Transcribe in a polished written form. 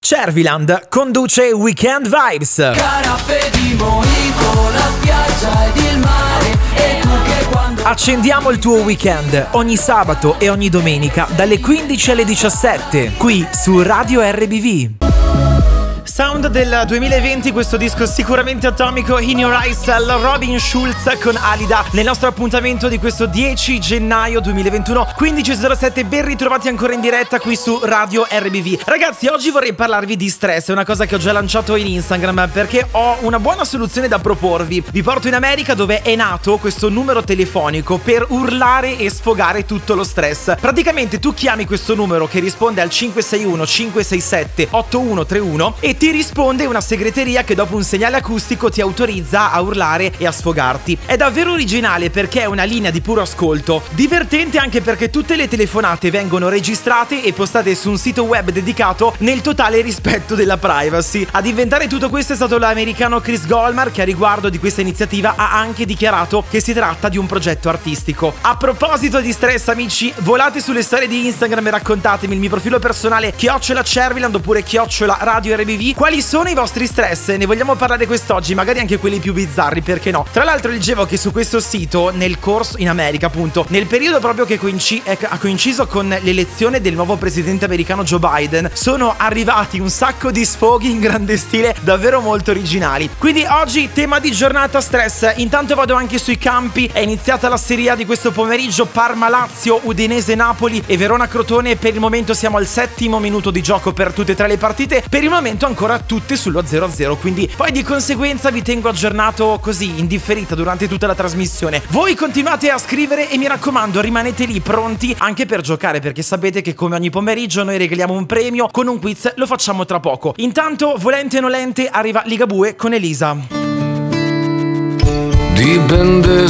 Cerviland conduce Weekend Vibes. Caraffe di mojito, la spiaggia ed il mare. E tu che quando Accendiamo il tuo weekend ogni sabato e ogni domenica dalle 15 alle 17 qui su Radio RBV. Sound del 2020, questo disco sicuramente atomico, In Your Eyes, Robin Schulz con Alida, nel nostro appuntamento di questo 10 gennaio 2021, 15.07, ben ritrovati ancora in diretta qui su Radio RBV. Ragazzi, oggi vorrei parlarvi di stress, è una cosa che ho già lanciato in Instagram perché ho una buona soluzione da proporvi. Vi porto in America dove è nato questo numero telefonico per urlare e sfogare tutto lo stress. Praticamente tu chiami questo numero che risponde al 561 567 8131 e ti risponde una segreteria che dopo un segnale acustico ti autorizza a urlare e a sfogarti. È davvero originale perché è una linea di puro ascolto, divertente anche perché tutte le telefonate vengono registrate e postate su un sito web dedicato nel totale rispetto della privacy. Ad inventare tutto questo è stato l'americano Chris Goldman, che a riguardo di questa iniziativa ha anche dichiarato che si tratta di un progetto artistico. A proposito di stress, amici, volate sulle storie di Instagram e raccontatemi il mio profilo personale @Cerviland oppure @Radio RBV quali sono i vostri stress. Ne vogliamo parlare quest'oggi, magari anche quelli più bizzarri, perché no? Tra l'altro leggevo che su questo sito, nel corso in America appunto, nel periodo proprio che ha coinciso con l'elezione del nuovo presidente americano Joe Biden, sono arrivati un sacco di sfoghi in grande stile davvero molto originali. Quindi oggi tema di giornata stress. Intanto vado anche sui campi, è iniziata la Serie A di questo pomeriggio, Parma-Lazio, Udinese-Napoli e Verona-Crotone. Per il momento siamo al 7° minuto di gioco per tutte e tre le partite, per il momento ancora tutte sullo 0-0, quindi poi di conseguenza vi tengo aggiornato così in differita durante tutta la trasmissione. Voi continuate a scrivere e mi raccomando rimanete lì pronti anche per giocare, perché sapete che come ogni pomeriggio noi regaliamo un premio con un quiz, lo facciamo tra poco. Intanto volente o nolente arriva Ligabue con Elisa. Dipende